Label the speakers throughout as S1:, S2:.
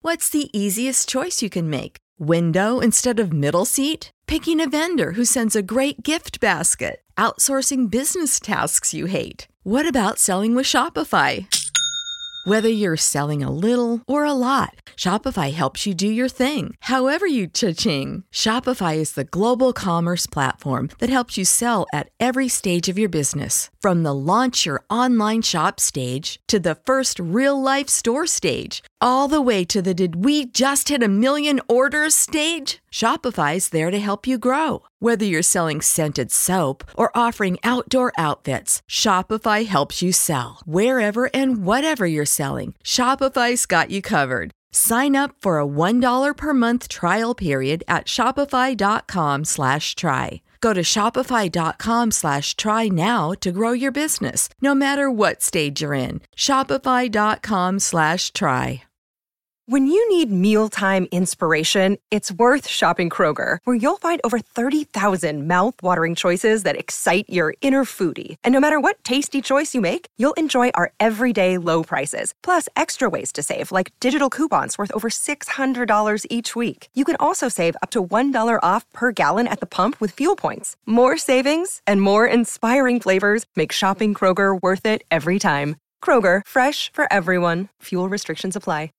S1: What's the easiest choice you can make? Window instead of middle seat? Picking a vendor who sends a great gift basket? Outsourcing business tasks you hate? What about selling with Shopify? Whether you're selling a little or a lot, Shopify helps you do your thing, however you cha-ching. Shopify is the global commerce platform that helps you sell at every stage of your business. From the launch your online shop stage to the first real-life store stage, all the way to the did we just hit a million orders stage? Shopify's there to help you grow. Whether you're selling scented soap or offering outdoor outfits, Shopify helps you sell. Wherever and whatever you're selling, Shopify's got you covered. Sign up for a $1 per month trial period at shopify.com/try. Go to shopify.com/try now to grow your business, no matter what stage you're in. Shopify.com/try.
S2: When you need mealtime inspiration, it's worth shopping Kroger, where you'll find over 30,000 mouth-watering choices that excite your inner foodie. And no matter what tasty choice you make, you'll enjoy our everyday low prices, plus extra ways to save, like digital coupons worth over $600 each week. You can also save up to $1 off per gallon at the pump with fuel points. More savings and more inspiring flavors make shopping Kroger worth it every time. Kroger, fresh for everyone. Fuel restrictions apply.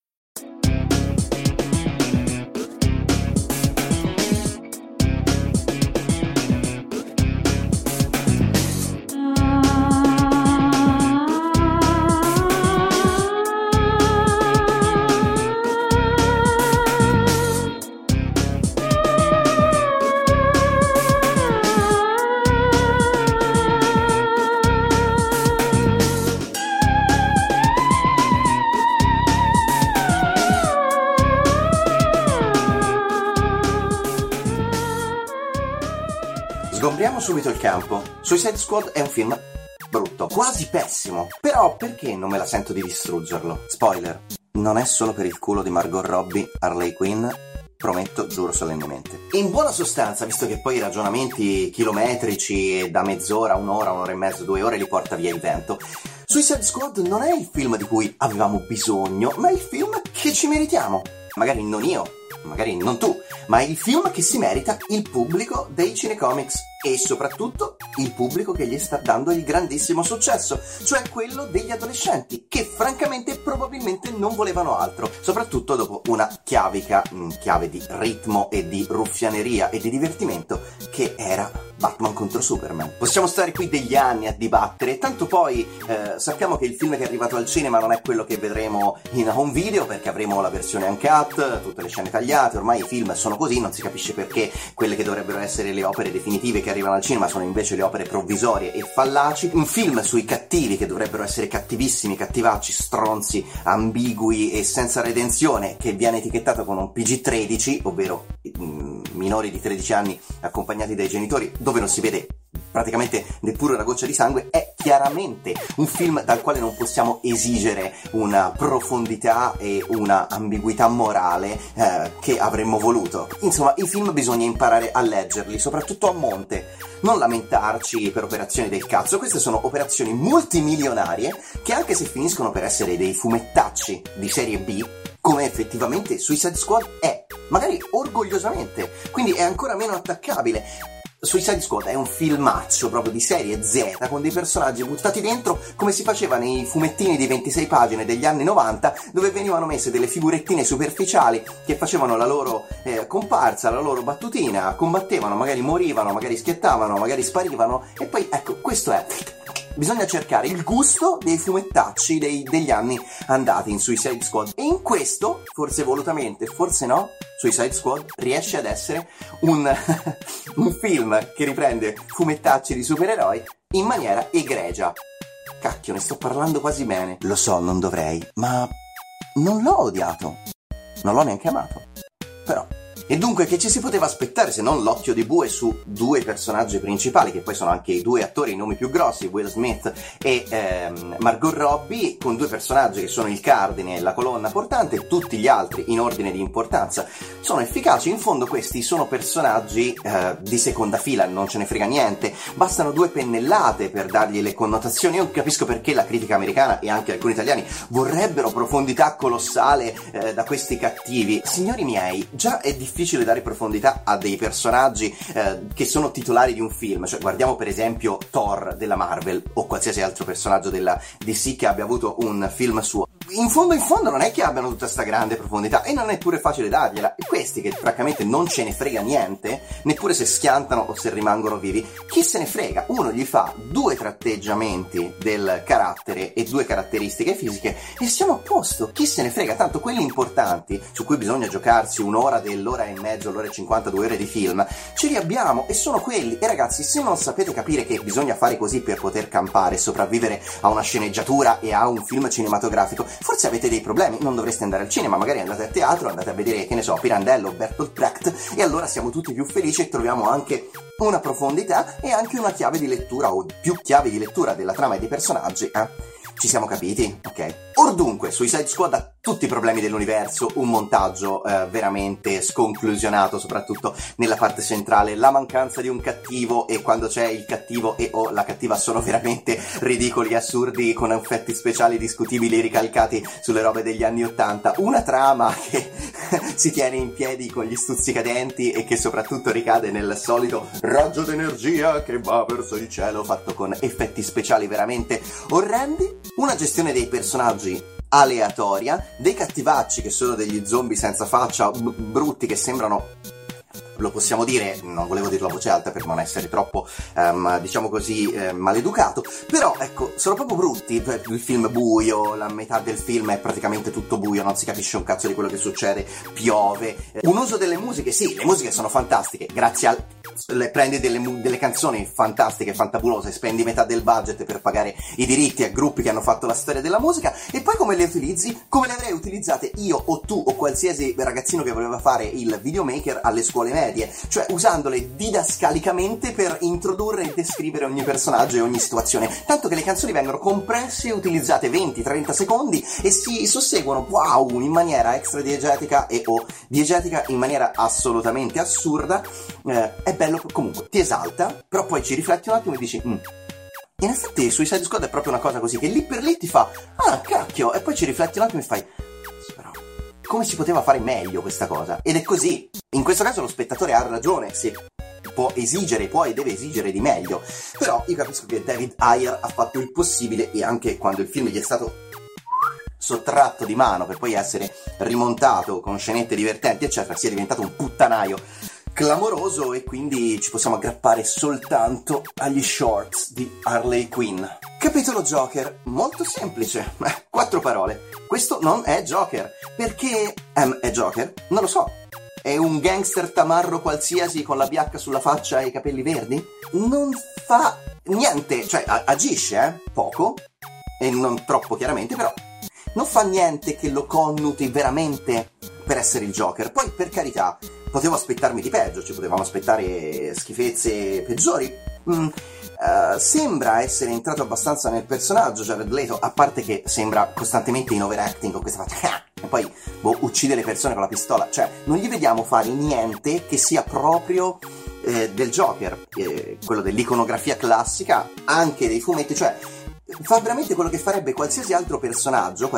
S3: Sgombriamo subito il campo. Suicide Squad è un film brutto, quasi pessimo. Però perché non me la sento di distruggerlo? Spoiler, non è solo per il culo di Margot Robbie, Harley Quinn, prometto, giuro solennemente. In buona sostanza, visto che poi i ragionamenti chilometrici e da mezz'ora, un'ora e mezzo, 2 ore li porta via il vento, Suicide Squad non è il film di cui avevamo bisogno, ma è il film che ci meritiamo. Magari non io, magari non tu, ma è il film che si merita il pubblico dei cinecomics e soprattutto il pubblico che gli sta dando il grandissimo successo, cioè quello degli adolescenti, che francamente probabilmente non volevano altro, soprattutto dopo una chiave di ritmo e di ruffianeria e di divertimento che era Batman contro Superman. Possiamo stare qui degli anni a dibattere, tanto poi sappiamo che il film che è arrivato al cinema non è quello che vedremo in home video, perché avremo la versione uncut, tutte le scene tagliate, ormai i film sono così, non si capisce perché quelle che dovrebbero essere le opere definitive che arrivano al cinema sono invece le opere provvisorie e fallaci. Un film sui cattivi che dovrebbero essere cattivissimi, cattivacci, stronzi, ambigui e senza redenzione, che viene etichettato con un PG-13, ovvero minori di 13 anni accompagnati dai genitori, dove non si vede praticamente neppure una goccia di sangue, è chiaramente un film dal quale non possiamo esigere una profondità e una ambiguità morale che avremmo voluto. Insomma, i film bisogna imparare a leggerli, soprattutto a monte, non lamentarci per operazioni del cazzo. Queste sono operazioni multimilionarie che, anche se finiscono per essere dei fumettacci di serie B, come effettivamente Suicide Squad è, magari orgogliosamente, quindi è ancora meno attaccabile. Suicide Squad è un filmaccio proprio di serie Z, con dei personaggi buttati dentro come si faceva nei fumettini di 26 pagine degli anni 90, dove venivano messe delle figurettine superficiali che facevano la loro comparsa, la loro battutina, combattevano, magari morivano, magari schiettavano, magari sparivano, e poi ecco, questo è. Bisogna cercare il gusto dei fumettacci degli anni andati in Suicide Squad, e in questo, forse volutamente, forse no, Suicide Squad riesce ad essere un film che riprende fumettacci di supereroi in maniera egregia. Cacchio, ne sto parlando quasi bene. Lo so, non dovrei, ma non l'ho odiato, non l'ho neanche amato, però E dunque che ci si poteva aspettare se non l'occhio di bue su due personaggi principali, che poi sono anche i due attori, i nomi più grossi, Will Smith e Margot Robbie, con due personaggi che sono il cardine e la colonna portante, tutti gli altri in ordine di importanza sono efficaci. In fondo questi sono personaggi di seconda fila, non ce ne frega niente, bastano due pennellate per dargli le connotazioni. Io capisco perché la critica americana e anche alcuni italiani vorrebbero profondità colossale da questi cattivi. Signori miei, già è difficile dare profondità a dei personaggi che sono titolari di un film, cioè guardiamo per esempio Thor della Marvel o qualsiasi altro personaggio della DC che abbia avuto un film suo. In fondo non è che abbiano tutta sta grande profondità e non è pure facile dargliela. E questi che francamente non ce ne frega niente, neppure se schiantano o se rimangono vivi, chi se ne frega? Uno gli fa due tratteggiamenti del carattere e due caratteristiche fisiche e siamo a posto. Chi se ne frega? Tanto quelli importanti, su cui bisogna giocarsi un'ora dell'ora e mezzo, l'ora e 52 ore di film, ce li abbiamo e sono quelli. E ragazzi, se non sapete capire che bisogna fare così per poter campare e sopravvivere a una sceneggiatura e a un film cinematografico, forse avete dei problemi, non dovreste andare al cinema, magari andate a teatro, andate a vedere, che ne so, Pirandello, Bertolt Brecht, e allora siamo tutti più felici e troviamo anche una profondità e anche una chiave di lettura o più chiavi di lettura della trama e dei personaggi, Ci siamo capiti? Ok. Or dunque, Suicide Squad ha tutti i problemi dell'universo, un montaggio veramente sconclusionato, soprattutto nella parte centrale, la mancanza di un cattivo, e quando c'è il cattivo e o la cattiva sono veramente ridicoli, assurdi, con effetti speciali discutibili ricalcati sulle robe degli anni '80, una trama che si tiene in piedi con gli stuzzicadenti e che soprattutto ricade nel solito raggio d'energia che va verso il cielo, fatto con effetti speciali veramente orrendi, una gestione dei personaggi aleatoria, dei cattivacci che sono degli zombie senza faccia, brutti, che sembrano, lo possiamo dire, non volevo dirlo a voce alta per non essere troppo, diciamo così, maleducato, però ecco, sono proprio brutti. Il film è buio, la metà del film è praticamente tutto buio, non si capisce un cazzo di quello che succede, piove, un uso delle musiche, sì, le musiche sono fantastiche, grazie al... prendi delle canzoni fantastiche, fantabulose, spendi metà del budget per pagare i diritti a gruppi che hanno fatto la storia della musica, e poi come le utilizzi? Come le avrei utilizzate io o tu o qualsiasi ragazzino che voleva fare il videomaker alle scuole medie, cioè usandole didascalicamente per introdurre e descrivere ogni personaggio e ogni situazione, tanto che le canzoni vengono compresse e utilizzate 20-30 secondi e si susseguono, wow, in maniera extra diegetica e o diegetica in maniera assolutamente assurda. È bello, comunque ti esalta, però poi ci rifletti un attimo e dici in effetti Suicide Squad è proprio una cosa così, che lì per lì ti fa cacchio, e poi ci rifletti un attimo e fai però come si poteva fare meglio questa cosa? Ed è così. In questo caso lo spettatore ha ragione, se può e deve esigere di meglio, però io capisco che David Ayer ha fatto il possibile, e anche quando il film gli è stato sottratto di mano per poi essere rimontato con scenette divertenti eccetera, sia diventato un puttanaio clamoroso, e quindi ci possiamo aggrappare soltanto agli shorts di Harley Quinn. Capitolo Joker, molto semplice, 4 parole. Questo non è Joker. Perché è Joker? Non lo so. È un gangster tamarro qualsiasi con la biacca sulla faccia e i capelli verdi? Non fa niente, cioè agisce, poco, e non troppo chiaramente, però non fa niente che lo connuti veramente per essere il Joker. Poi, per carità, potevo aspettarmi di peggio, ci potevamo aspettare schifezze peggiori. Sembra essere entrato abbastanza nel personaggio Jared Leto, a parte che sembra costantemente in overacting con questa faccia e poi uccide le persone con la pistola, cioè non gli vediamo fare niente che sia proprio del Joker, quello dell'iconografia classica, anche dei fumetti, cioè fa veramente quello che farebbe qualsiasi altro personaggio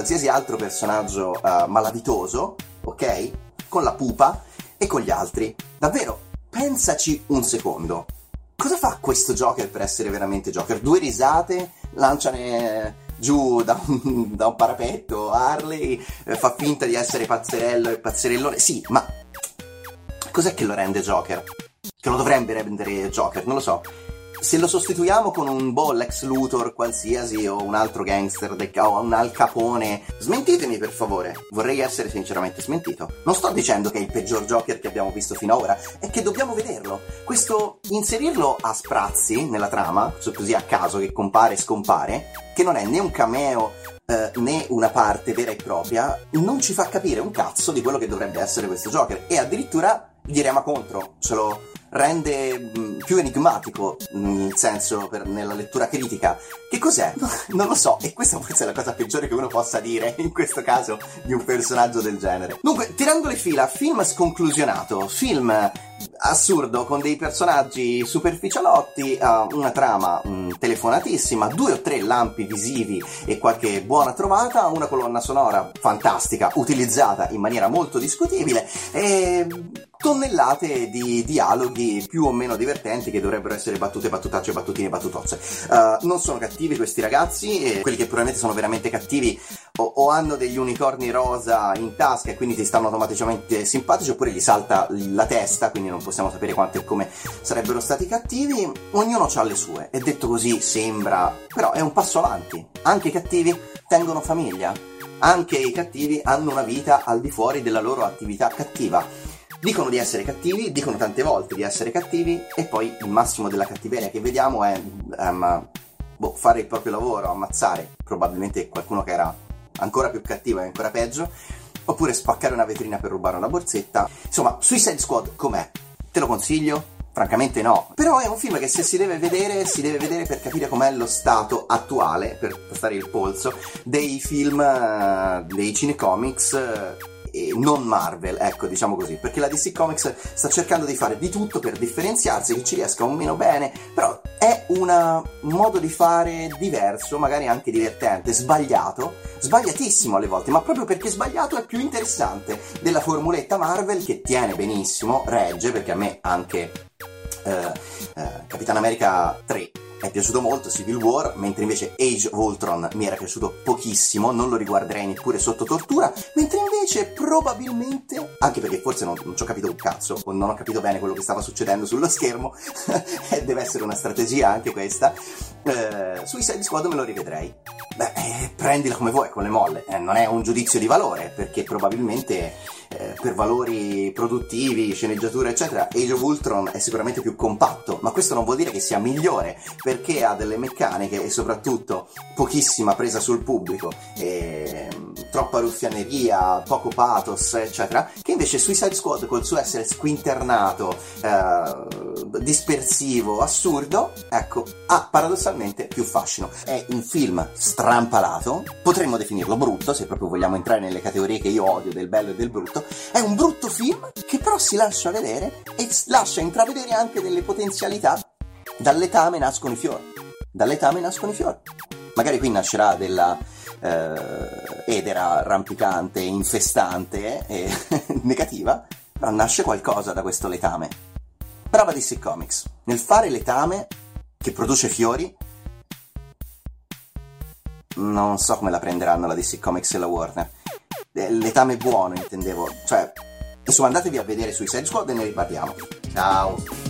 S3: malavitoso, ok? Con la pupa e con gli altri. Davvero, pensaci un secondo. Cosa fa questo Joker per essere veramente Joker? 2 risate, lanciane giù da un parapetto Harley, fa finta di essere pazzerello e pazzerellone. Sì, ma cos'è che lo rende Joker? Che lo dovrebbe rendere Joker? Non lo so. Se lo sostituiamo con un Lex Luthor qualsiasi o un altro gangster o un Al Capone, smentitemi per favore, vorrei essere sinceramente smentito. Non sto dicendo che è il peggior Joker che abbiamo visto finora, è che dobbiamo vederlo. Questo inserirlo a sprazzi nella trama, così a caso che compare e scompare, che non è né un cameo né una parte vera e propria, non ci fa capire un cazzo di quello che dovrebbe essere questo Joker, e addirittura gli rema contro, ce lo rende più enigmatico, nel senso, nella lettura critica. Che cos'è? Non lo so, e questa forse è la cosa peggiore che uno possa dire in questo caso di un personaggio del genere. Dunque, tirando le fila, film sconclusionato, film assurdo con dei personaggi superficialotti, una trama telefonatissima, 2 o 3 lampi visivi e qualche buona trovata, una colonna sonora fantastica utilizzata in maniera molto discutibile e tonnellate di dialoghi più o meno divertenti che dovrebbero essere battute, battutacce, battutine, battutozze. Non sono cattivi questi ragazzi, e quelli che probabilmente sono veramente cattivi o hanno degli unicorni rosa in tasca e quindi ti stanno automaticamente simpatici, oppure gli salta la testa, quindi non possiamo sapere quanto e come sarebbero stati cattivi. Ognuno ha le sue, e detto così sembra, però è un passo avanti. Anche i cattivi tengono famiglia, anche i cattivi hanno una vita al di fuori della loro attività cattiva. Dicono di essere cattivi, dicono tante volte di essere cattivi, e poi il massimo della cattiveria che vediamo è fare il proprio lavoro, ammazzare probabilmente qualcuno che era ancora più cattivo e ancora peggio, oppure spaccare una vetrina per rubare una borsetta. Insomma, Suicide Squad com'è? Te lo consiglio? Francamente no, però è un film che se si deve vedere per capire com'è lo stato attuale, per stare il polso dei film dei cinecomics e non Marvel, ecco, diciamo così, perché la DC Comics sta cercando di fare di tutto per differenziarsi, che ci riesca un meno bene, però è un modo di fare diverso, magari anche divertente, sbagliatissimo alle volte, ma proprio perché sbagliato è più interessante della formuletta Marvel, che tiene benissimo, regge, perché a me anche Capitan America 3 è piaciuto molto, Civil War, mentre invece Age of Ultron mi era piaciuto pochissimo, non lo riguarderei neppure sotto tortura, mentre invece probabilmente, anche perché forse non ci ho capito un cazzo, o non ho capito bene quello che stava succedendo sullo schermo, deve essere una strategia anche questa, Suicide Squad me lo rivedrei. Prendila come vuoi, con le molle, non è un giudizio di valore, perché probabilmente per valori produttivi, sceneggiatura eccetera, Age of Ultron è sicuramente più compatto, ma questo non vuol dire che sia migliore, perché ha delle meccaniche e soprattutto pochissima presa sul pubblico, troppa ruffianeria, poco pathos eccetera, che invece Suicide Squad, col suo essere squinternato, dispersivo, assurdo, ecco, ha paradossalmente più fascino. È un film strampalato, potremmo definirlo brutto se proprio vogliamo entrare nelle categorie che io odio, del bello e del brutto. È un brutto film che però si lascia vedere e lascia intravedere anche delle potenzialità. Dall'etame nascono i fiori. Magari qui nascerà della edera rampicante, infestante e negativa, però nasce qualcosa da questo letame. Brava DC Comics nel fare letame che produce fiori. Non so come la prenderanno la DC Comics e la Warner. Letame buono intendevo, cioè, insomma, andatevi a vedere Suicide Squad e ne riparliamo. Ciao.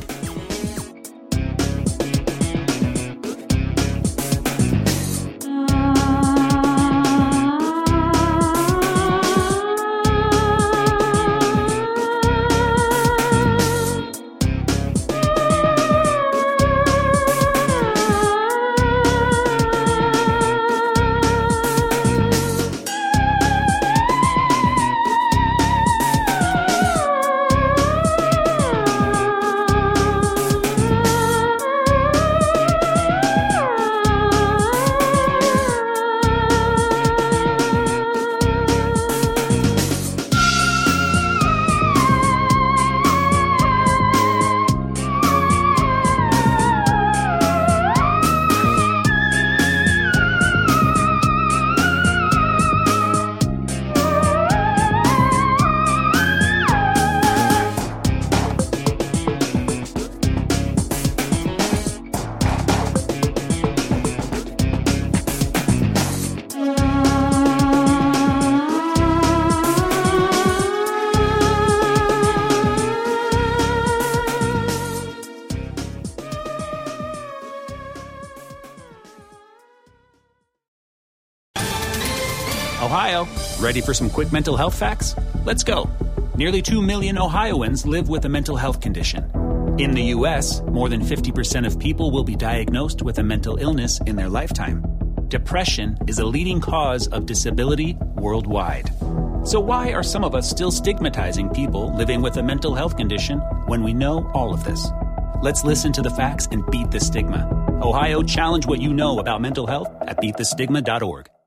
S4: Ohio, ready for some quick mental health facts? Let's go. Nearly 2 million Ohioans live with a mental health condition. In the U.S., more than 50% of people will be diagnosed with a mental illness in their lifetime. Depression is a leading cause of disability worldwide. So why are some of us still stigmatizing people living with a mental health condition when we know all of this? Let's listen to the facts and beat the stigma. Ohio, challenge what you know about mental health at beatthestigma.org.